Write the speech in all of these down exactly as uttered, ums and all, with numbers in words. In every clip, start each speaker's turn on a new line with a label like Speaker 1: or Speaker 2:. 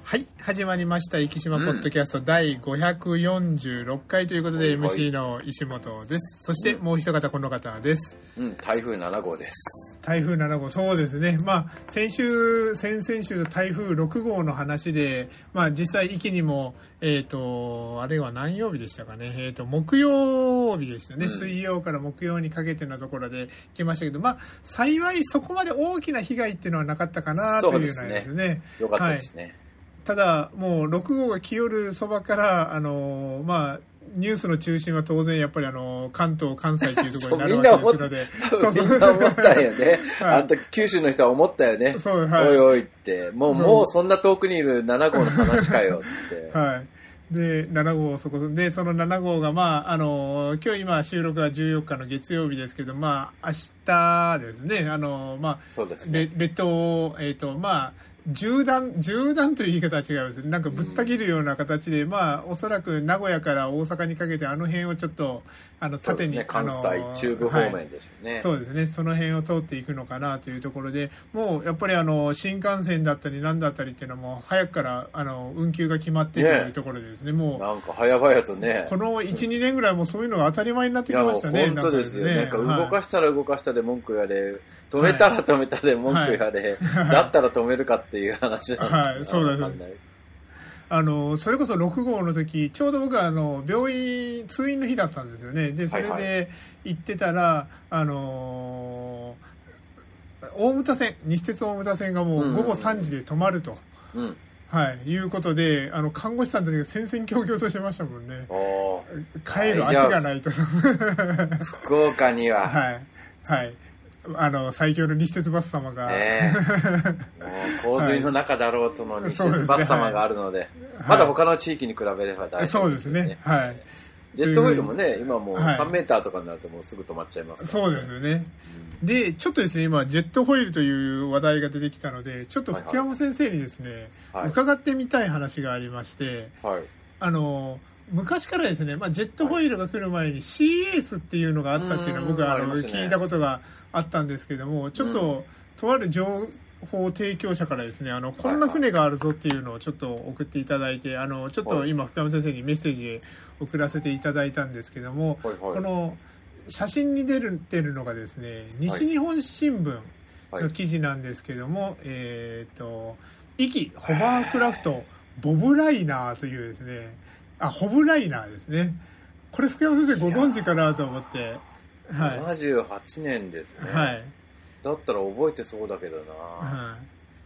Speaker 1: はい、始まりました生島ポッドキャスト、うん、だいごひゃくよんじゅうろっかいということで、はいはい、エムシー の石本です。そしてもう一方この方です。
Speaker 2: うん、台風なな号です。
Speaker 1: 台風なな号、そうですね。まあ先週先々週の台風ろく号の話で、まあ実際壱岐にもえっ、ー、とあれは何曜日でしたかね。えっ、ー、と木曜日でしたね、うん。水曜から木曜にかけてのところで来ましたけど、まあ幸いそこまで大きな被害っていうのはなかったかなというようなですね。
Speaker 2: ね、よかったですね。はい、
Speaker 1: ただもうろく号が来よるそばからあのまあニュースの中心は当然やっぱりあの関東関西というところになるわけですので
Speaker 2: そうみんな思ったよね、はい、あの時九州の人は思ったよね。そう、はい、おいおいってもうもうそんな遠くにいるなな号の話かよって
Speaker 1: はいでなな号そこでそのなな号がまああの今日今収録はじゅうよっかの月曜日ですけど、まあ明日ですねあのまあ
Speaker 2: そうですね、
Speaker 1: 列島えっ、ー、とまあ縦断縦断という言い方は違います。なんかぶった切るような形で、うん、まあおそらく名古屋から大阪にかけてあの辺をちょっとあの縦に、
Speaker 2: ね、関西中部方面ですよね、
Speaker 1: はい、そうですね、その辺を通っていくのかなというところで、もうやっぱりあの新幹線だったり何だったりっていうのはもう早くからあの運休が決まっているというところでですね、もう
Speaker 2: なんか早々とね
Speaker 1: この いちにねんぐらいもそういうのが当たり前になってきましたね。
Speaker 2: いや本当ですよ、ね、なんか動かしたら動かしたで文句やれ、止めたら止めたで文句やれ、はい、だったら止めるかっていう話なんだ
Speaker 1: はい、そうです。あのそれこそろく号の時ちょうど僕はあの病院通院の日だったんですよね。でそれで行ってたら、はいはい、あの大牟田線西鉄大牟田線がもう午後さんじで止まると、うんうんはい、いうことであの看護師さんたちが戦々恐々としてましたもんね。帰る足がないと
Speaker 2: 福岡には
Speaker 1: はいはいあの最強の西鉄バス様が、
Speaker 2: ね、もう洪水の中だろうとの西鉄バス様があるので、はい、まだ他の地域に比べれば大丈夫ですよね。そうですね、はい、ジェットホイールもね今もうさんメーターとかになるともうすぐ止まっちゃいますから、ね、
Speaker 1: そうですよね、うん、でちょっとですね今ジェットホイールという話題が出てきたのでちょっと福山先生にですね、はいはい、伺ってみたい話がありまして、はい、あの昔からですね、まあ、ジェットホイールが来る前に シーエース っていうのがあったっていうのは僕はあの聞いたことがあったんですけども、ちょっととある情報提供者からですねあのこんな船があるぞっていうのをちょっと送っていただいて、あのちょっと今福山先生にメッセージ送らせていただいたんですけども、この写真に出るてるのがですね西日本新聞の記事なんですけども、えっと壱岐ホバークラフトボブライナーというですねあ、ホブライナーですね。これ福山先生ご存知かなと思って。
Speaker 2: はい。ななじゅうはちねんですね。はい。だったら覚えてそうだけどな。はい。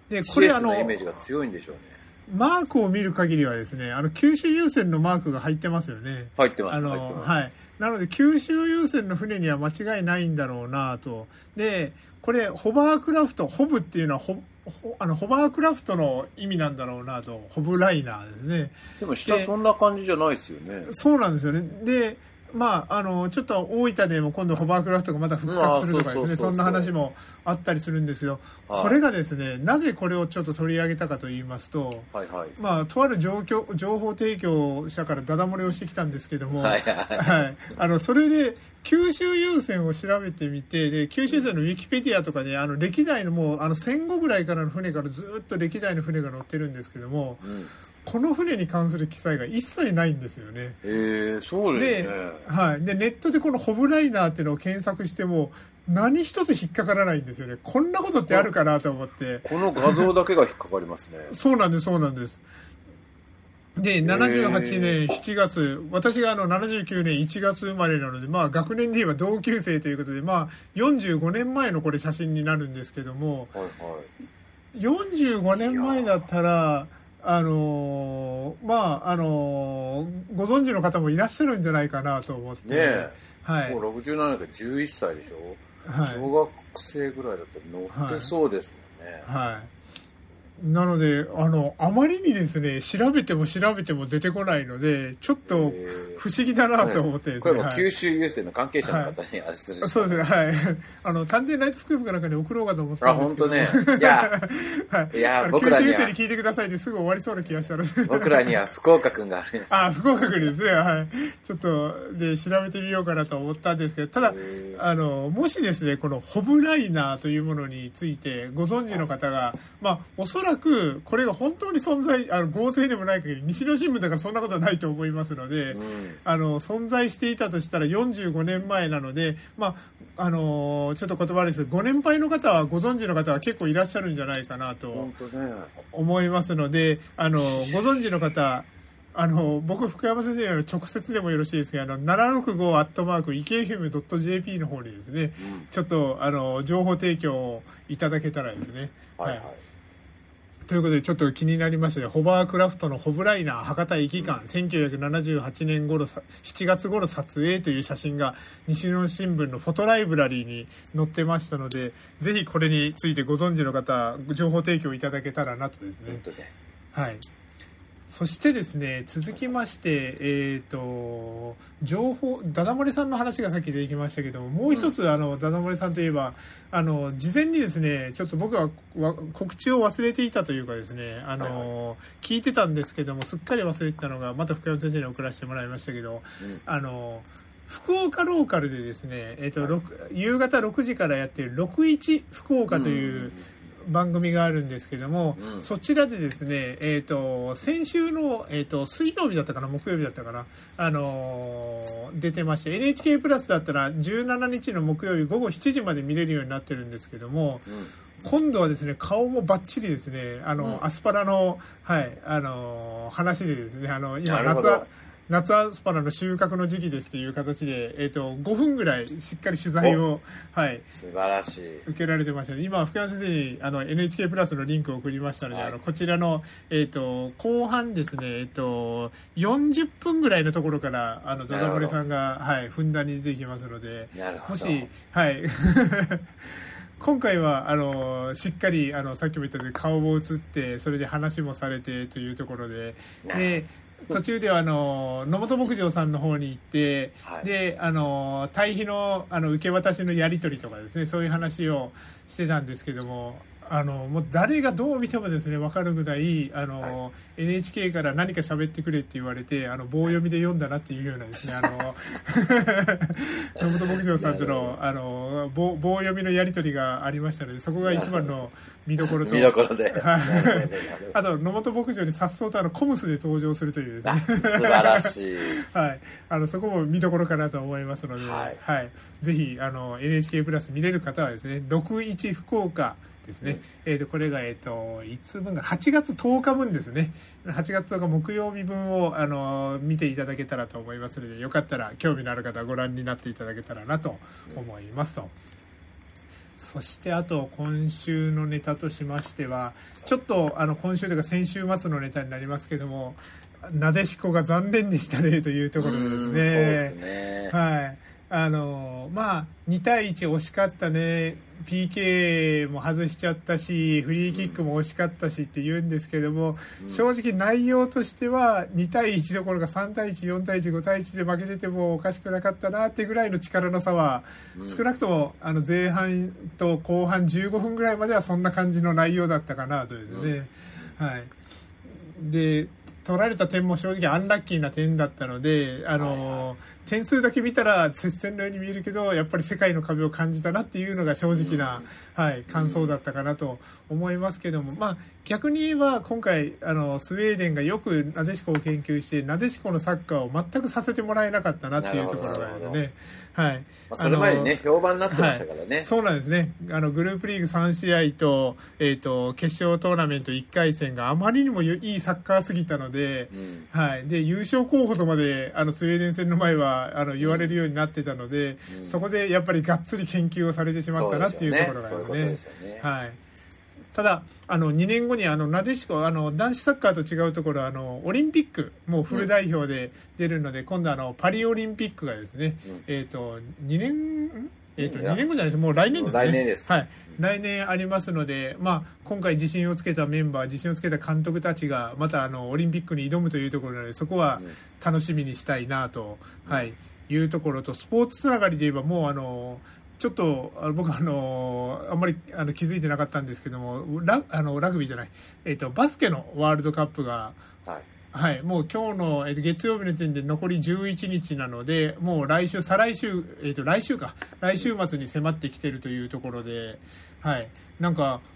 Speaker 2: で、これあの、シーエスのイメージが強いんでしょうね。
Speaker 1: マークを見る限りはですね、あの、九州郵船のマークが入ってますよね。
Speaker 2: 入ってます。
Speaker 1: あの、
Speaker 2: 入ってます。
Speaker 1: はい。なので、九州郵船の船には間違いないんだろうなと。で、これ、ホバークラフト、ホブっていうのはホ、あのホバークラフトの意味なんだろうなと、ホブライナーですね。
Speaker 2: でも下そんな感じじゃないですよね。
Speaker 1: そうなんですよね。で、まああのちょっと大分でも今度ホバークラフトがまた復活するとかですね、そんな話もあったりするんですよ。これがですね、なぜこれをちょっと取り上げたかと言いますと、はいはい、まあとある状況情報提供者からダダ漏れをしてきたんですけども、はいはいはい、あのそれで九州郵船を調べてみて、で九州郵船のウィキペディアとかであの歴代のもうあの戦後ぐらいからの船からずっと歴代の船が載ってるんですけども、うんこの船に関する記載が一切ないんですよね。
Speaker 2: へー、そうですね。
Speaker 1: で、はい。で、ネットでこのホブライナーっていうのを検索しても、何一つ引っかからないんですよね。こんなことってあるかなと思って。
Speaker 2: この画像だけが引っかかりますね。
Speaker 1: そうなんです、そうなんです。で、ななじゅうはちねんしちがつ、私があのななじゅうきゅうねんいちがつ生まれなので、まあ学年で言えば同級生ということで、まあよんじゅうごねんまえのこれ写真になるんですけども、はいはい、よんじゅうごねんまえだったら、あのー、まああのー、ご存知の方もいらっしゃるんじゃないかなと思って、ねえ、はい、
Speaker 2: もうろくじゅうななねんからじゅういっさいでしょ、はい、小学生ぐらいだったら乗ってそうですもんね。
Speaker 1: はい、はいなのであのあまりにですね調べても調べても出てこないのでちょっと不思議だなと思ってですね、
Speaker 2: これも九州郵政の関係者の方にあれする、
Speaker 1: はい、そうですねはいあの探偵ナイトスクープかなんかに送ろうかと思ってたんですけど、
Speaker 2: あ本当ねいや、はい、いや僕らには
Speaker 1: 九州郵政に聞いてくださいってすぐ終わりそうな気がしたので
Speaker 2: 僕らには福岡くんがあるんです。
Speaker 1: あ福岡くんですねはいちょっとで調べてみようかなと思ったんですけど、ただあのもしですねこのホブライナーというものについてご存知の方がまあおそららくこれが本当に存在あの合成でもない限り西日新聞だからそんなことはないと思いますので、うん、あの存在していたとしたらよんじゅうごねんまえなので、まああのー、ちょっと言葉ですご年配の方はご存知の方は結構いらっしゃるんじゃないかなと思いますので、あのご存知の方あの僕福山先生の直接でもよろしいですが、あの ななろくご アットマーク イケエフエム ドット ジェーピー の方にですね、うん、ちょっとあの情報提供をいただけたらですね、はいはいはい、ということでちょっと気になりまして、ホバークラフトのホブライナー博多駅間、うん、せんきゅうひゃくななじゅうはちねん頃しちがつ頃撮影という写真が西日本新聞のフォトライブラリーに載ってましたので、ぜひこれについてご存知の方情報提供いただけたらなとですね、はい。そしてですね、続きまして、えっと、情報、ダダ漏れさんの話がさっき出てきましたけども、もう一つ、うん、あの、ダダ漏れさんといえば、あの、事前にですね、ちょっと僕は告知を忘れていたというかですね、あの、はい、聞いてたんですけども、すっかり忘れてたのが、また福山先生に送らせてもらいましたけど、うん、あの、福岡ローカルでですね、えっと、はい、夕方ろくじからやっているろくいち福岡という、うん番組があるんですけども、うん、そちらでですね、えっと、先週の、えっと、水曜日だったかな、木曜日だったかな、あのー、出てまして、エヌエイチケー プラスだったらじゅうしちにちの木曜日午後しちじまで見れるようになってるんですけども、うん、今度はですね、顔もバッチリですね、あの、うん、アスパラの、はい、あのー、話でですね、あの、今、夏は、夏アスパラの収穫の時期ですという形で、えー、とごふんぐらいしっかり取材を、はい、
Speaker 2: 素晴らしい
Speaker 1: 受けられてましたね。今福山先生にあの エヌエイチケー プラスのリンクを送りましたので、はい、あのこちらの、えー、と後半ですね、えー、とよんじゅっぷんぐらいのところからあのダダ漏れさんが、はい、ふんだんに出てきますので、もし、はい今回はあのしっかりあのさっきも言ったように顔も映ってそれで話もされてというところで、で途中ではあの野本牧場さんの方に行って、はい、であの堆肥のあの受け渡しのやり取りとかですね、そういう話をしてたんですけども、あのもう誰がどう見てもですね分かるぐらいあの、はい、エヌエイチケー から何か喋ってくれって言われてあの棒読みで読んだなっていうようなですね、あの野本牧場さんとのあの 棒, 棒読みのやり取りがありましたので、そこが一番の見どころと
Speaker 2: 見どころで
Speaker 1: あと野本牧場にさっそうとあのコムスで登場するというですね
Speaker 2: 素晴らしい、
Speaker 1: はい、あのそこも見どころかなと思いますので、はいはい、ぜひあの エヌエイチケー プラス見れる方はですねろくいち福岡ですね、うん、えー、とこれが、えー、といつ分がはちがつとおかぶんですね。はちがつとおか木曜日分を、あのー、見ていただけたらと思いますので、よかったら興味のある方はご覧になっていただけたらなと思いますと、うん、そしてあと今週のネタとしましてはちょっとあの今週というか先週末のネタになりますけども、なでしこが残念でしたねというところでですね、
Speaker 2: そうですね、
Speaker 1: はい、あのまあにたいいち惜しかったね、 ピーケー も外しちゃったしフリーキックも惜しかったしって言うんですけども、うん、正直内容としてはにたいいちどころかさんたいいち、よんたいいち、ごたいいちで負けててもおかしくなかったなってぐらいの力の差は、うん、少なくともあの前半と後半じゅうごふんぐらいまではそんな感じの内容だったかなとですね、うん、はい。で取られた点も正直アンラッキーな点だったので、あの、はいはい、点数だけ見たら接戦のように見えるけどやっぱり世界の壁を感じたなっていうのが正直な、うん、はい、感想だったかなと思いますけども、まあ、逆に言えば今回あのスウェーデンがよくなでしこを研究してなでしこのサッカーを全くさせてもらえなかったなっていうところがですね、はい、
Speaker 2: まあ、それまでにね評判になってましたからね、はい、
Speaker 1: そうなんですね。あのグループリーグさんしあいと、えーと、決勝トーナメントいっかい戦があまりにもいいサッカーすぎたので、うん、はい、で優勝候補とまであのスウェーデン戦の前はあの言われるようになってたので、うん、そこでやっぱりがっつり研究をされてしまったなっていうところがですね、はい。ただあのにねんごにあのなでしこあの男子サッカーと違うところあのオリンピックもうフル代表で出るので、うん、今度あのパリオリンピックがですね、うん、えっ、ー、とにねんえっ、ー、とにねんごじゃないですもう来年ですね。
Speaker 2: 来年です。
Speaker 1: はい。来年ありますので、まあ今回自信をつけたメンバー、自信をつけた監督たちがまたあのオリンピックに挑むというところなので、そこは楽しみにしたいなと、うん、はいいうところと、スポーツつながりで言えばもうあの。ちょっとあの僕はあのあんまりあの気づいてなかったんですけども、ラあのラグビーじゃない、えーと、バスケのワールドカップが、はいはい、もう今日の、えーと、月曜日の時点で残りじゅういちにちなので、もう来週再来週、えーと、来週か来週末に迫ってきてるというところで、はい、なんか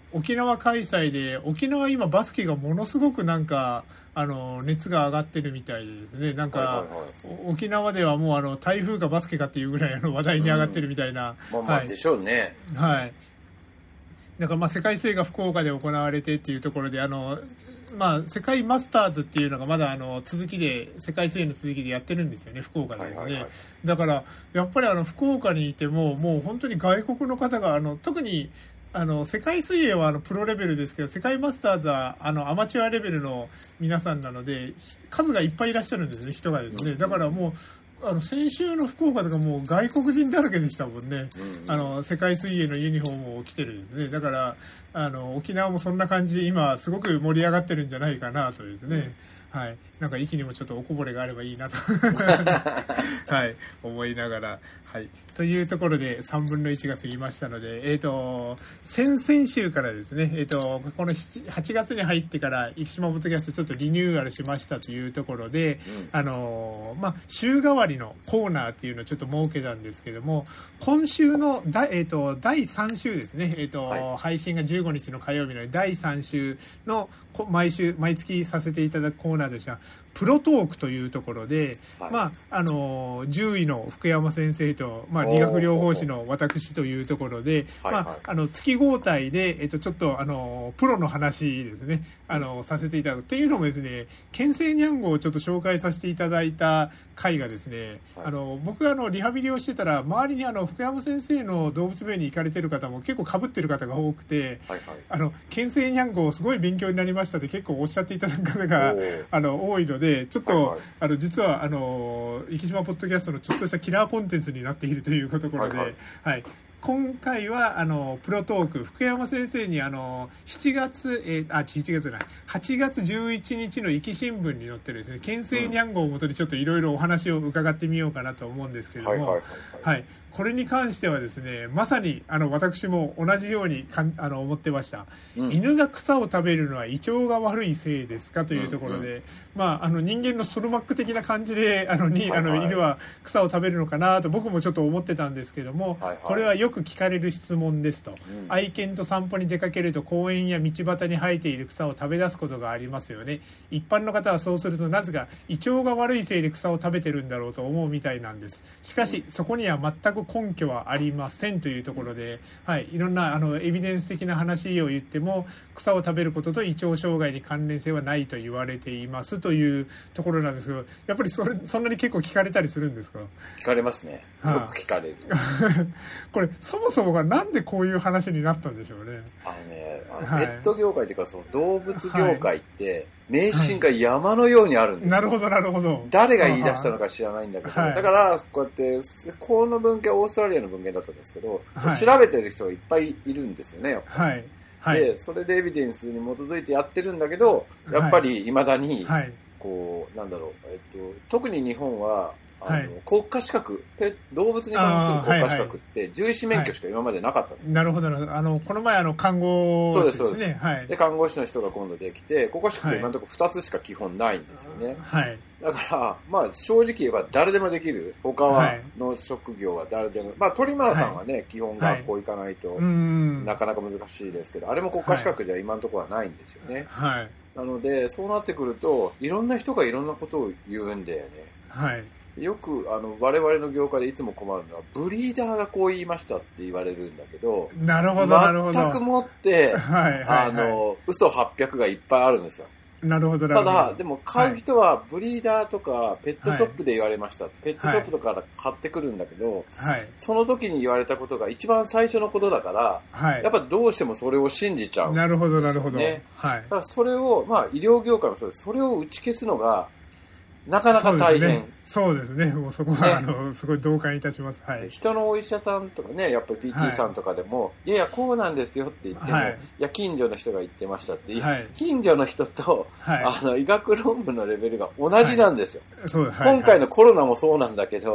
Speaker 1: 沖縄開催で、沖縄今バスケがものすごくなんかあの熱が上がってるみたいでですね、なんか、はいはいはい、沖縄ではもうあの台風かバスケかっていうぐらいの話題に上がってるみたいな、
Speaker 2: うん、まあまあでしょうね。
Speaker 1: はい。だからまあ世界水泳が福岡で行われてっていうところで、あのまあ世界マスターズっていうのがまだあの続きで世界水泳の続きでやってるんですよね、福岡でですね。はいはいはい、だからやっぱりあの福岡にいてももう本当に外国の方があの特にあの世界水泳はあのプロレベルですけど、世界マスターズはあのアマチュアレベルの皆さんなので数がいっぱいいらっしゃるんですね、人がですね。だからもうあの先週の福岡とかもう外国人だらけでしたもんね、うんうん、あの世界水泳のユニフォームを着てるですね。だからあの沖縄もそんな感じで今すごく盛り上がってるんじゃないかなとですね、うん、はい、なんか息にもちょっとおこぼれがあればいいなとはい思いながら、はい、というところでさんぶんのいちが過ぎましたので、えーと先々週からですね、えーとこのはちがつに入ってから生島ポッドキャストちょっとリニューアルしましたというところで、うん、あのまあ週替わりのコーナーっていうのをちょっと設けたんですけども、今週のだ、えーとだいさん週ですね、えーとはい、配信がじゅうごにちの火曜日のだいさん週の毎週毎月させていただくコーナーとしてはプロトークというところで、はい、まああの獣医の福山先生と、まあ、理学療法士の私というところで、まあ、あの月交代で、えっと、ちょっとあのプロの話ですね、あのさせていただくというのもですね、県政にゃんごをちょっと紹介させていただいた回がですね、はい、あの僕があのリハビリをしてたら周りにあの福山先生の動物病院に行かれてる方も結構被ってる方が多くて、はいはい、あの県政にゃんごすごい勉強になりましたって結構おっしゃっていただく方があの多いので、ちょっと、はいはい、あの実はあの生島ポッドキャストのちょっとしたキラーコンテンツになっているというところで、はいはいはい、今回はあのプロトーク福山先生にあのしちがつ、えー、あしちがつじゃないはちがつじゅういちにちの壱岐新聞に載ってるですね、県政にゃんごをもとにちょっといろいろお話を伺ってみようかなと思うんですけれども、はいはいはいはいはい、これに関してはですね、まさにあの私も同じようにかんあの思ってました、うん、犬が草を食べるのは胃腸が悪いせいですかというところで、うんうん、まあ、あの人間のソルマック的な感じであのに、はいはい、あの犬は草を食べるのかなと僕もちょっと思ってたんですけども、はいはい、これはよく聞かれる質問ですと、うん、愛犬と散歩に出かけると公園や道端に生えている草を食べ出すことがありますよね。一般の方はそうするとなぜか胃腸が悪いせいで草を食べてるんだろうと思うみたいなんです。しかし、うん、そこには全く根拠はありませんというところで、はい、いろんなあのエビデンス的な話を言っても草を食べることと胃腸障害に関連性はないと言われていますというところなんですけど、やっぱりそれそんなに結構聞かれたりするんですか？
Speaker 2: 聞かれますね、よく聞かれる
Speaker 1: これそもそもがなんでこういう話になったんでしょうね。
Speaker 2: あのね、あのペット業界というかその動物業界って迷信が山のようにあるんですよ、はい、なるほどなるほど。誰が言い出したのか知らないんだけど、はい、だからこうやってこの文献オーストラリアの文献だったんですけど、はい、調べてる人がいっぱいいるんですよね、やっぱり、はいはい、でそれでエビデンスに基づいてやってるんだけど、やっぱりいまだにこうなんだろう、えっと、特に日本はあの、はい、国家資格、動物に関する国家資格って獣医師免許しか今までなかったんです、
Speaker 1: はいはい、なるほどなるほど。あのこの前あの看護師ですね。そうですそうです、はい、
Speaker 2: で看護師の人が今度できて国家資格今のところふたつしか基本ないんですよね、はい、だからまあ正直言えば誰でもできる、他はの職業は誰でも、まあトリマーさんはね、はい、基本学校行かないとなかなか難しいですけど、あれも国家資格じゃ今のところはないんですよね、はい、なのでそうなってくるといろんな人がいろんなことを言うんだよね。はい、よくあの我々の業界でいつも困るのはブリーダーがこう言いましたって言われるんだけど、
Speaker 1: なるほどなるほど、
Speaker 2: 全くもって、はいはいはい、あの嘘はっぴゃくがいっぱいあるんですよ。
Speaker 1: なるほどなるほど。
Speaker 2: ただでも買う人はブリーダーとかペットショップで言われました、はい、ペットショップとかから買ってくるんだけど、はい、その時に言われたことが一番最初のことだから、はい、やっぱどうしてもそれを信じちゃうんですよね。なるほどなるほど、はい、だからそれをまあ医療業界もそうです。それを打ち消すのがなかなか大変。
Speaker 1: そうですね。そうですね。もうそこは、ね、あのすごい同感いたします。はい。
Speaker 2: 人のお医者さんとかね、やっぱり ピーティー さんとかでも、はい、いやいやこうなんですよって言っても、はい、いや近所の人が言ってましたって、はい、近所の人と、はい、あの医学論文のレベルが同じなんですよ。はい、そうです。はい、今回のコロナもそうなんだけど、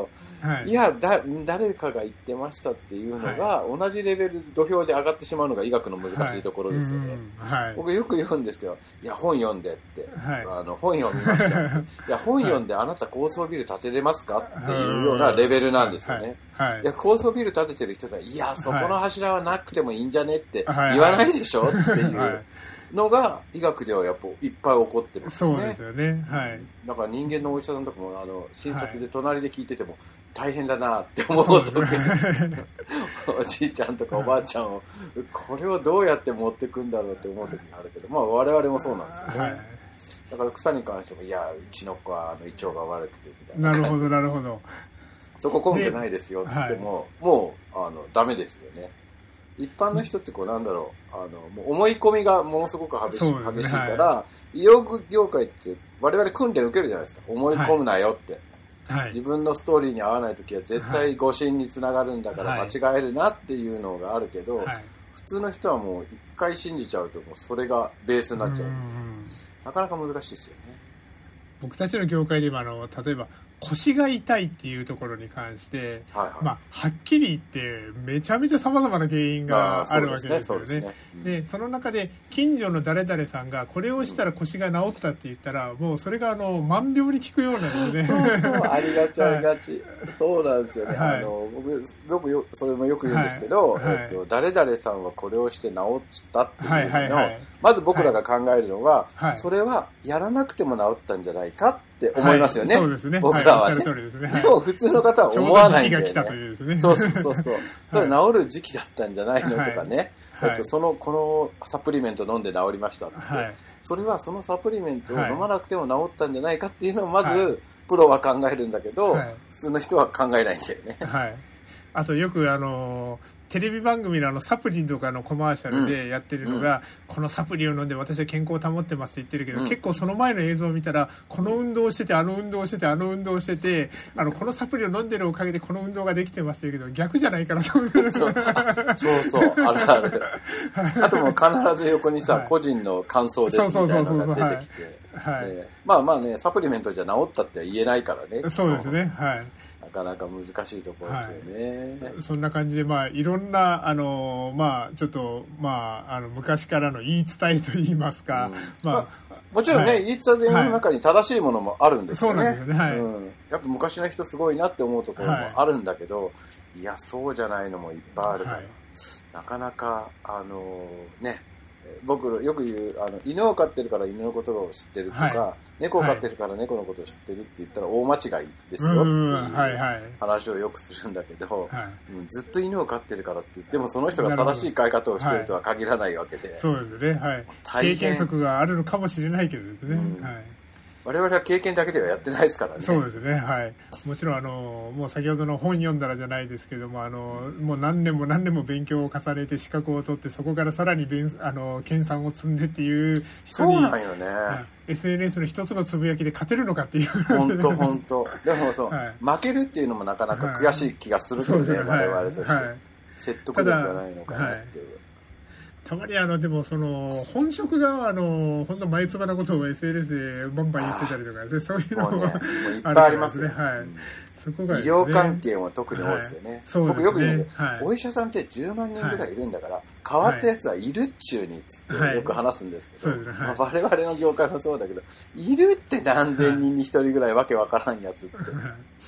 Speaker 2: はい、いやだ誰かが言ってましたっていうのが、はい、同じレベル土俵で上がってしまうのが医学の難しいところですよね、はいはい、僕よく言うんですけど、いや本読んでって、はい、あの本読みましたっていや本読んであなた高層ビル建てれますかっていうようなレベルなんですよね、はいはい、いや高層ビル建ててる人がいやそこの柱はなくてもいいんじゃねって言わないでしょっていうのが医学ではやっぱいっぱい起こってますよね。
Speaker 1: そうですよね。はい。
Speaker 2: だから人間のお医者さんとかもあの診察で隣で聞いてても大変だなって思うと、ね、おじいちゃんとかおばあちゃんをこれをどうやって持ってくんだろうって思う時があるけど、まあ我々もそうなんですよね。はい、だから草に関してもいやうちの子はあの胃腸が悪くてみたいな。
Speaker 1: なるほどなるほど。
Speaker 2: そこ根拠ないですよって言っても、はい、もうあのダメですよね。一般の人ってこうなんだろう、あのもう思い込みがものすごく激しい、ね、激しいから、はい、医療業界って我々訓練受けるじゃないですか。思い込むなよって、はい、自分のストーリーに合わないときは絶対誤診につながるんだから間違えるなっていうのがあるけど、はい、普通の人はもう一回信じちゃうともうそれがベースになっちゃう。なかなか難しいですよね。
Speaker 1: 僕たちの業界で今あの例えば腰が痛いっていうところに関して、はいはい、まあ、はっきり言ってめちゃめちゃ様々な原因があるわけですよね。で、ねうん、でその中で近所の誰々さんがこれをしたら腰が治ったって言ったら、うん、もうそれがあの万病に効くようなので、ね、
Speaker 2: そうそうありがちありがち、はい、そうなんですよね、はい、あの僕僕よそれもよく言うんですけど、はいはいえっと、誰々さんはこれをして治ったっていうのを、はいはいはい、まず僕らが考えるのは、はい、それはやらなくても治ったんじゃないかって思いますよね、
Speaker 1: はい、そうですね、
Speaker 2: 僕らはね、
Speaker 1: はい、ですね、はい、
Speaker 2: でも普通の方は思わないんだよね。
Speaker 1: ちょうど時期が来たというですね。
Speaker 2: そうそうそうそう。それ治る時期だったんじゃないのとかね。はい、えっと、その、このサプリメント飲んで治りましたって、はい。それはそのサプリメントを飲まなくても治ったんじゃないかっていうのをまず、はい、プロは考えるんだけど、はい、普通の人は考えないんだよね。はい。
Speaker 1: あとよくあのー、テレビ番組のあのサプリとかのコマーシャルでやってるのが、うん、このサプリを飲んで私は健康を保ってますって言ってるけど、うん、結構その前の映像を見たらこの運動をしててあの運動をしててあの運動をしててあのこのサプリを飲んでるおかげでこの運動ができてますけど逆じゃないかなと思って
Speaker 2: そうそうあるあるあともう必ず横にさ、はい、個人の感想ですみたいなのが出てきて、はいえー、まあまあねサプリメントじゃ治ったっては言えないからね。
Speaker 1: そうですねはい
Speaker 2: なかなか難しいところですよね、
Speaker 1: はい、そんな感じで、まあ、いろんなあの、まあ、ちょっと、まあ、あの昔からの言い伝えといいますか、うんまあま
Speaker 2: あ、もちろんね、はい、言い伝えの中に正しいものもあるんですよね、
Speaker 1: はい、そうなんですよね、はいうん、
Speaker 2: やっぱ昔の人すごいなって思うところもあるんだけど、はい、いやそうじゃないのもいっぱいあるから、はい、なかなかあのね僕よく言うあの犬を飼ってるから犬のことを知ってるとか、はい、猫を飼ってるから猫のことを知ってるって言ったら大間違いですよっていう話をよくするんだけど、はい、ずっと犬を飼ってるからって言ってもその人が正しい飼い方をしてるとは限らないわけで、はい、
Speaker 1: そうですね、はい、経験則があるのかもしれないけどですね、うんはい
Speaker 2: 我々は経験だけではやってないですからね。
Speaker 1: そうですね、はい。もちろんあのもう先ほどの本読んだらじゃないですけどもあのもう何年も何年も勉強を重ねて資格を取ってそこからさらに勉あの研鑽を積んでっていう人に
Speaker 2: そうなんよね。
Speaker 1: エスエヌエス の一つのつぶやきで勝てるのかっていう
Speaker 2: 本当本当でもそう、はい、負けるっていうのもなかなか悔しい気がするけどね、はい、我々として、はい、説得力がないのかなっていう。
Speaker 1: たまにあのでもその本職があの本当前つばなことを エスエヌエス でバンバン言ってたりとかそういうのも、ね、もう
Speaker 2: いっぱいありますね。
Speaker 1: はい。うん、そこが、
Speaker 2: ね、医療関係は特に多いですよね。はい、そうですね。僕よく言うんで、はい、お医者さんってじゅうまんにんぐらいいるんだから、はい、変わったやつはいるっちゅうにっつってよく話すんですけど、はいはいまあ、我々の業界もそうだけど、いるって何千人に一人ぐらいわけわからんやつって。はい、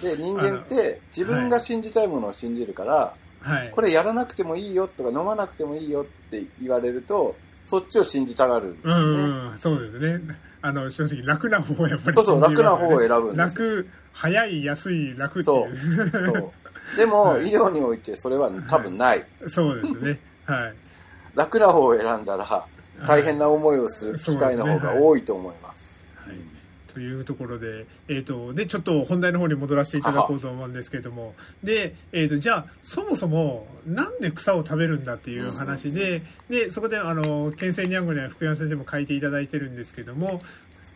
Speaker 2: で人間って自分が信じたいものを信じるから、はい、これやらなくてもいいよとか飲まなくてもいいよって言われるとそっちを信じたがるんですよね。
Speaker 1: うんうん、そうですね。あの正直楽な方をやっぱり信じますよね。
Speaker 2: そうそう楽な方を選ぶんです。
Speaker 1: 楽早い安い楽っていう。
Speaker 2: そうそうでも、はい、医療においてそれは多分ない。はい、
Speaker 1: そうですね。はい。
Speaker 2: 楽な方を選んだら大変な思いをする機会の方が多いと思います。
Speaker 1: というところで、えーと、でちょっと本題の方に戻らせていただこうと思うんですけれどもで、えーと、じゃあそもそもなんで草を食べるんだっていう話で、うん、でそこであの県政にゃんごには福山先生も書いていただいてるんですけども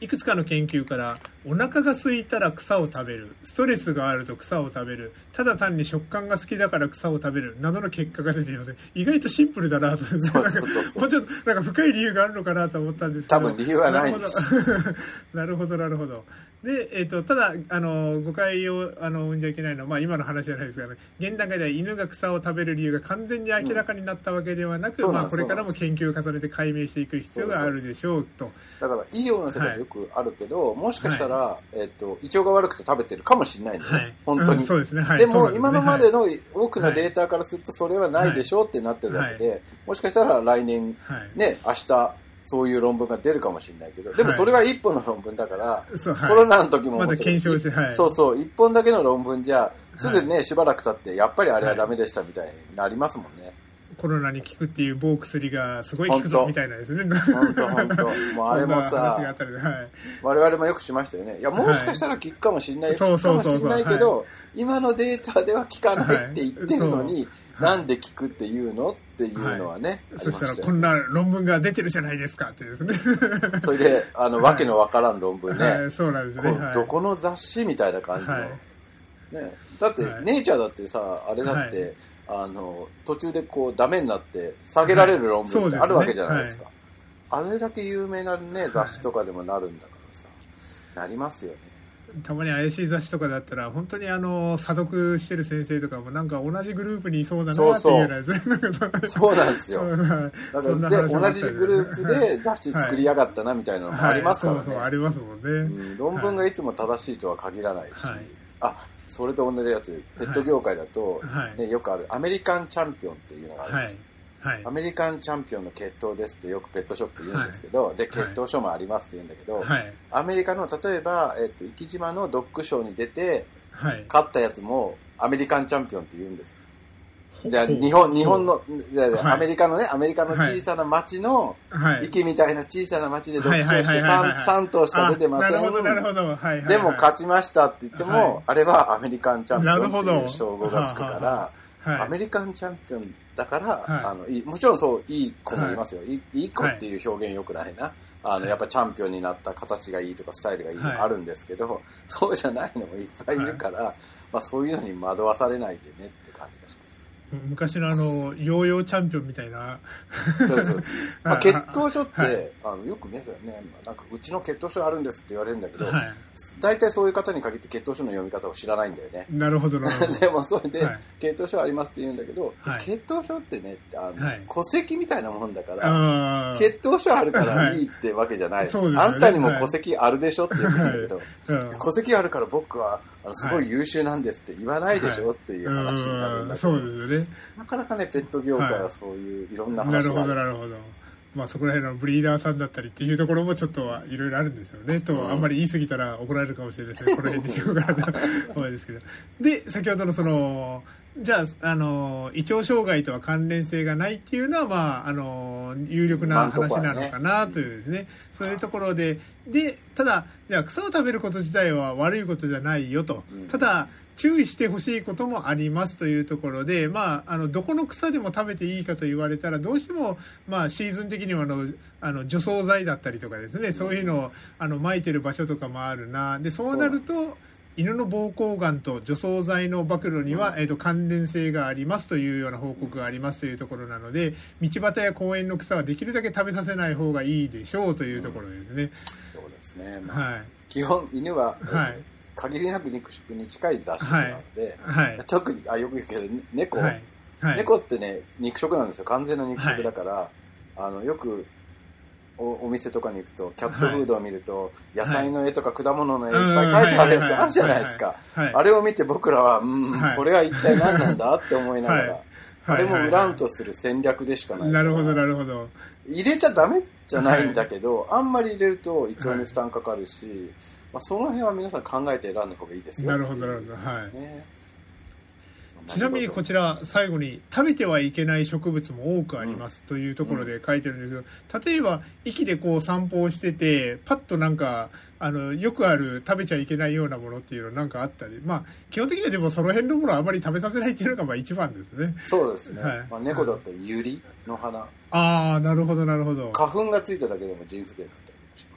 Speaker 1: いくつかの研究からお腹が空いたら草を食べる、ストレスがあると草を食べる、ただ単に食感が好きだから草を食べるなどの結果が出ています。意外とシンプルだなと、もうちょっとなんか深い理由があるのかなと思ったんですけど、
Speaker 2: 多分理由はないんです。
Speaker 1: なるほどなるほど。で、えー、とただあの誤解をあの生んじゃいけないのは、まあ、今の話じゃないですけど、ね、現段階では犬が草を食べる理由が完全に明らかになったわけではなく、うん、まあ、これからも研究を重ねて解明していく必要があるでしょうと。
Speaker 2: だから医療の世界でよくあるけど、はい、もしかしたら、はい、えー、と胃腸が悪くて食べてるかもしれないんですね、はい、本当に、うん、そうですね、はい、でもで、ね、今のまでの多くのデータからするとそれはないでしょうってなってるだけで、はい、もしかしたら来年、はい、ね、明日そういう論文が出るかもしれないけど、でもそれは一本の論文だから、はい、コロナの時も
Speaker 1: まだ検証して、はい、
Speaker 2: そうそう、一本だけの論文じゃすぐね、はい、しばらく経ってやっぱりあれはダメでしたみたいになりますもんね。
Speaker 1: コロナに効くっていう某薬がすごい効くぞみたいなですね。
Speaker 2: 本当本当。もうあれもさ、はい、我々もよくしましたよね。いや、もしかしたら効くかもしれない、はい、効くかもしれないけど、今のデータでは効かないって言ってるのに、はい、なんで効くっていうのっていうのはね、はい、
Speaker 1: そしたらこんな論文が出てるじゃないですかってですね。
Speaker 2: それであの、はい、わけのわからん論文ね、
Speaker 1: はい、そうなんですね、
Speaker 2: はい、どこの雑誌みたいな感じの、はいね、だって、はい、ネイチャーだってさ、あれだって、はい、あの途中でこうダメになって下げられる論文ってあるわけじゃないですか、はい、あれだけ有名な、ね、雑誌とかでもなるんだからさ、なりますよね。
Speaker 1: たまに怪しい雑誌とかだったら本当にあの査読してる先生とかもなんか同じグループにいそうだなっていうようなですね。
Speaker 2: そうなんですよ。だからで同じグループで雑誌作りやがったなみたいなのもありますからね。はいはい、そうそうありますもんね、うん。論文がいつも正しいとは限らないし、はい、あ、それと同じやつ、ペット業界だと、はいね、よくあるアメリカンチャンピオンっていうのがあるんですよ。はいはい、アメリカンチャンピオンの血統ですってよくペットショップ言うんですけど、はい、で血統書もありますって言うんだけど、はい、アメリカの例えば、えっと、生島のドッグショーに出て、はい、勝ったやつもアメリカンチャンピオンって言うんですよ。じゃあ日本日本の、はい、アメリカのねアメリカの小さな町の、はい、池みたいな小さな町でドッグショーして 3, さん頭しか出てません。なるほどなるほど、はいはいはい、でも勝ちましたって言っても、はい、あれはアメリカンチャンピオンっていう称号がつくから、はい、アメリカンチャンピオンだから、はい、あのいもちろんそういい子もいますよ、はい、い, いい子っていう表現良くないな、あのやっぱチャンピオンになった形がいいとかスタイルがいいのがあるんですけど、はい、そうじゃないのもいっぱいいるから、はい、まあ、そういうのに惑わされないでねって感じがします。
Speaker 1: 昔のあのヨーヨーチャンピオンみたいな
Speaker 2: そうそう、まあ、血統書って、はい、あのよくね、なんかうちの血統書あるんですって言われるんだけど、はい、大体そういう方に限って血統書の読み方を知らないんだよね。
Speaker 1: なるほどなるほど。
Speaker 2: でもそれで、はい、血統書ありますって言うんだけど、はい、血統書ってねあの、はい、戸籍みたいなもんだから血統書あるからいいってわけじゃない、はいね、あんたにも戸籍あるでしょって言うんだけど、はい、戸籍あるから僕はあのすごい優秀なんですって言わないでしょ、はい、っていう話になるんだけど、そうですよね。なかなかねペット業界はそういういろんな話がある、はい、なるほどなるほど。
Speaker 1: まあそこら辺のブリーダーさんだったりっていうところもちょっとはいろいろあるんでしょうね、と、うん、あんまり言い過ぎたら怒られるかもしれないですね、この辺にしようかなと思うんですけど。で先ほどのそのじゃあ、あの胃腸障害とは関連性がないっていうのは、まあ、あの有力な話なのかなというですね、そういうところで、でただじゃあ草を食べること自体は悪いことじゃないよと、ただ注意してほしいこともありますというところで、まあ、あのどこの草でも食べていいかと言われたらどうしても、まあ、シーズン的にはあのあの除草剤だったりとかですね、そういうのをあの撒いてる場所とかもあるな。でそうなると犬の膀胱がんと除草剤の暴露には、えー、と関連性がありますというような報告がありますというところなので、道端や公園の草はできるだけ食べさせない方がいいでしょうというところですね、うん、
Speaker 2: そうですね、まあはい、基本犬は、はい限りなく肉食に近い雑種なので、はいはい、特にあよく言うけど猫、はいはい、猫ってね肉食なんですよ、完全な肉食だから、はい、あのよく お, お店とかに行くとキャットフードを見ると、はい、野菜の絵とか果物の絵いっぱい描いてあるやつあるじゃないですか、あれを見て僕らは、うん、はい、これは一体何なんだって思いながら、はい、あれも売らんとする戦略でしかないから、なるほどなるほど、入れちゃダメじゃないんだけど、はい、あんまり入れると胃腸に負担かかるし、はい、まあ、その辺は皆さん考えて選んだ方がいいですよ。なるほどなるほど、はい。ちなみにこちら最後に食べてはいけない植物も多くありますというところで書いてるんですけど、例えば駅でこう散歩をしててパッとなんかあのよくある食べちゃいけないようなものっていうのなんかあったり、まあ基本的にはでもその辺のものはあまり食べさせないっていうのがまあ一番ですね。 そうですね、はい、まあ、猫だったらユリの花、
Speaker 1: ああなるほどなるほど、
Speaker 2: 花粉がついただけでも腎不全だったりしますから、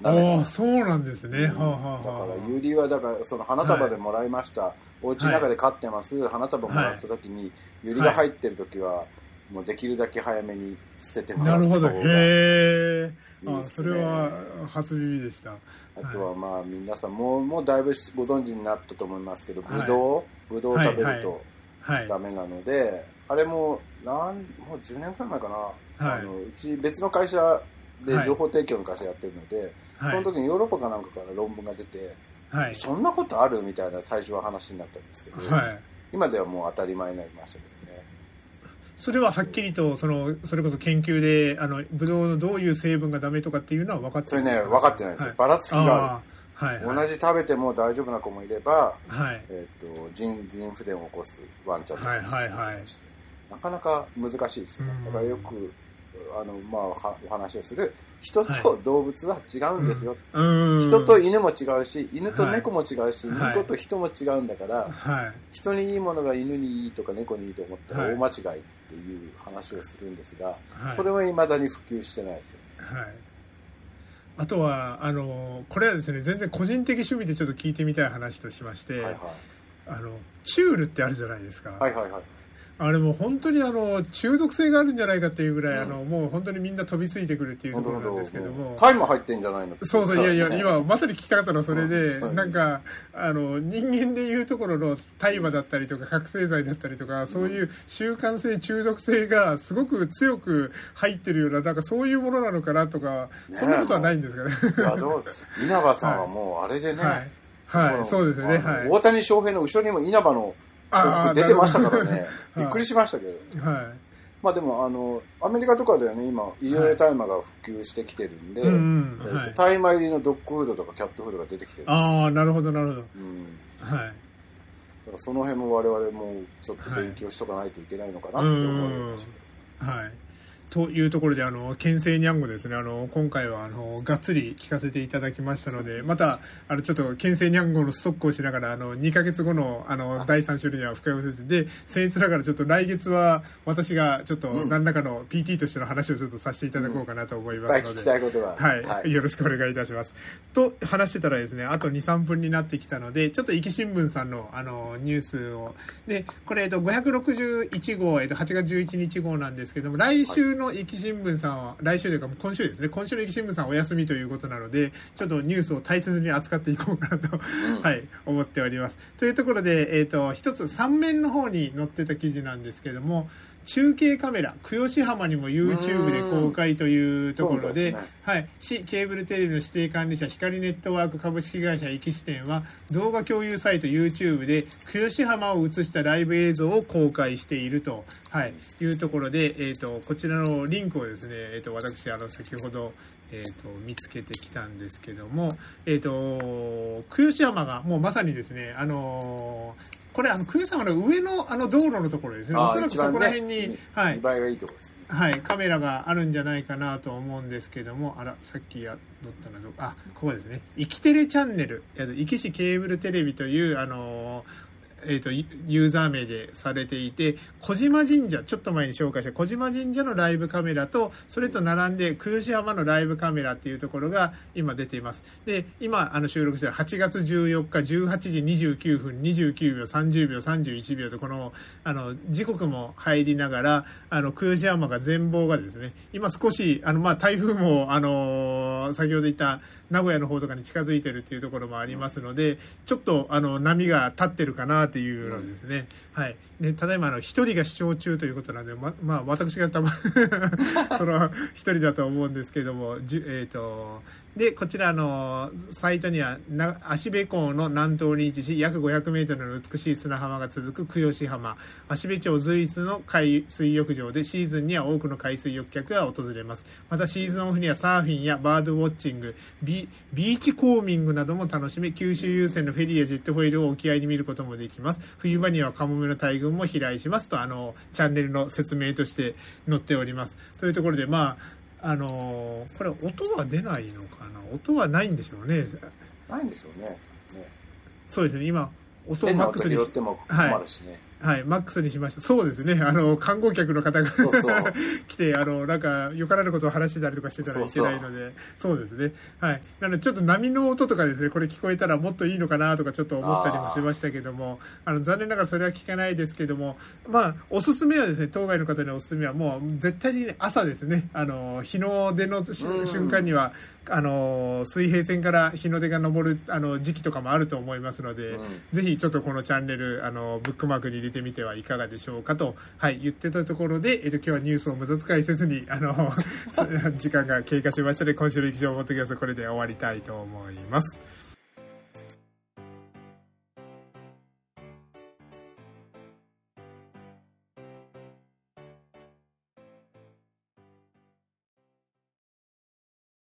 Speaker 2: ダメだ。
Speaker 1: ああ、そうなんですね。うん、はあはあはあ、
Speaker 2: だからユリはだからその花束でもらいました、はい、お家の中で飼ってます、はい、花束もらった時に、はい、ユリが入ってる時は、はい、もうできるだけ早めに捨ててもらった方がいいですね。
Speaker 1: なるほど。へえ。あ、それは初耳でした。
Speaker 2: あとはまあ皆さんもうもうだいぶご存知になったと思いますけど、ブドウ、ブドウを食べるとダメなので、はいはいはい、あれもなんもうじゅうねんくらい前かな、はい、あのうち別の会社で情報提供の会社やってるので、はい、その時にヨーロッパかなんかから論文が出て、はい、そんなことあるみたいな最初は話になったんですけど、はい、今ではもう当たり前になりましたけどね。
Speaker 1: それははっきりとそのそれこそ研究であのブドウのどういう成分がダメとかっていうのは分かって
Speaker 2: ない。それね分かってないんですよ、はい、ばらつきがある。はいはい、同じ食べても大丈夫な子もいれば、はい、えー、と腎腎不全を起こすワンちゃんとか、はいはいはい、なかなか難しいですよね。だからよくあの、まあ、お話をする人と動物は違うんですよ、はい、人と犬も違うし犬と猫も違うし、はい、猫と人も違うんだから、はい、人にいいものが犬にいいとか猫にいいと思ったら大間違いっていう話をするんですが、はい、それは未だに普及してないですよね。はい、
Speaker 1: あとはあのこれはですね全然個人的趣味でちょっと聞いてみたい話としまして、はいはい、あのチュールってあるじゃないですか。はいはいはい。あれもう本当にあの中毒性があるんじゃないかっていうぐらい、うん、あのもう本当にみんな飛びついてくるっていうところなんですけども、
Speaker 2: タイも入ってんじゃないの。
Speaker 1: そうそう、いやいや今まさに聞きたかったのはそれで、うん、なんかあの人間でいうところの大麻だったりとか覚醒剤だったりとかそういう習慣性中毒性がすごく強く入ってるようななんかそういうものなのかなとか、ね、そんなことはないんですかね。
Speaker 2: いやどう稲葉さんはもうあれでね、
Speaker 1: はいはいはい、そうですね、はい、
Speaker 2: 大谷翔平の後ろにも稲葉の出てましたからね。びっくりしましたけど、はい、まあでもあのアメリカとかではね今医療用大麻が普及してきてるんで、はい、うんうんえーと、大麻入りのドッグフードとかキャットフードが出てきてるんです。
Speaker 1: ああなるほどなるほど、うん、
Speaker 2: はい、だからその辺も我々もちょっと勉強しとかないといけないのかなって思いました、
Speaker 1: はい、はいというところであの県政にゃんごですね、あの今回はあのがっつり聞かせていただきましたので、またあのちょっと県政にゃんごのストックをしながらあのにかげつごのあのだいさん種類は深読みせずで僭越ながらちょっと来月は私がちょっと何らかの ピーティー としての話をちょっとさせていただこうかなと思いますので、うん、
Speaker 2: 聞きたいことは、
Speaker 1: はいはい、よろしくお願いいたします。と話してたらですね、あと にさんぷんになってきたのでちょっと壱岐新聞さんのあのニュースをでこれ、えっと、ごひゃくろくじゅういちごう、えっと、はちがつじゅういちにち号なんですけども、来週の壱岐新聞さんは来週というか今週ですね、今週の壱岐新聞さんお休みということなのでちょっとニュースを大切に扱っていこうかなと、うんはい、思っております。というところで、えーと、一つさん面の方に載ってた記事なんですけども、中継カメラ黒潮浜にも YouTube で公開というところ で, で、ねはい、市ケーブルテレビの指定管理者光ネットワーク株式会社壱岐支店は動画共有サイト YouTube で黒潮浜を映したライブ映像を公開していると、はい、いうところで、えーと、こちらのリンクをですね、えーと、私あの先ほどえー、と見つけてきたんですけども、えー、と黒潮浜がもうまさにですね、あのー、これあの黒潮浜の上のあの道路のところですね、おそらくそこら辺に、ねはい、
Speaker 2: 見栄えがいいところですね、
Speaker 1: はい、カメラがあるんじゃないかなと思うんですけども、あらさっきや乗ったのあここですね、壱岐テレチャンネル壱岐市ケーブルテレビというあのーえー、とユーザー名でされていて、小島神社ちょっと前に紹介した小島神社のライブカメラとそれと並んで黒潮浜のライブカメラっていうところが今出ています。で今あの収録してはちがつじゅうよっかじゅうはちじにじゅうきゅうふんにじゅうきゅうびょうさんじゅうびょうさんじゅういちびょうとこのあの時刻も入りながらあの黒潮浜が全貌がですね今少しあの、まあ、台風もあの先ほど言った名古屋の方とかに近づいてるっていうところもありますので、ちょっとあの波が立ってるかなっていうのですね、うん、はい。でただいまあの一人が視聴中ということなんで、ままあ私が多分その一人だと思うんですけども、じえっ、ー、とでこちらのサイトにはな芦部港の南東に位置し約ごひゃくメートルの美しい砂浜が続く黒潮浜、芦部町随一の海水浴場でシーズンには多くの海水浴客が訪れます。またシーズンオフにはサーフィンやバードウォッチング、ビ, ビーチコーミングなども楽しめ、九州優先のフェリーやジェットホイールを沖合に見ることもできます。冬場にはカモメの大群も飛来しますとあのチャンネルの説明として載っております。というところでまああのー、これ音は出ないのかな、音はないんでしょうね。
Speaker 2: ないんでしょうね。ね
Speaker 1: そうですね、今音を
Speaker 2: マックスにしても困るしね、
Speaker 1: はいはい、マックスにしました。そうですね。あの、観光客の方がそうそう来て、あの、なんか、よからぬことを話してたりとかしてたらいけないので、そうそうですね。はい。なので、ちょっと波の音とかですね、これ聞こえたらもっといいのかなとかちょっと思ったりもしましたけども、あの、残念ながらそれは聞かないですけども、まあ、おすすめはですね、当該の方におすすめはもう、絶対的に朝ですね、あの、日の出の瞬間には、あの、水平線から日の出が昇る、あの、時期とかもあると思いますので、うん、ぜひちょっとこのチャンネル、あの、ブックマークに入れてみてはいかがでしょうかと、はい、言ってたところで、えっと、今日はニュースを無駄遣いせずに、あの、時間が経過しましたので、今週の劇場ポッドキャストこれで終わりたいと思います。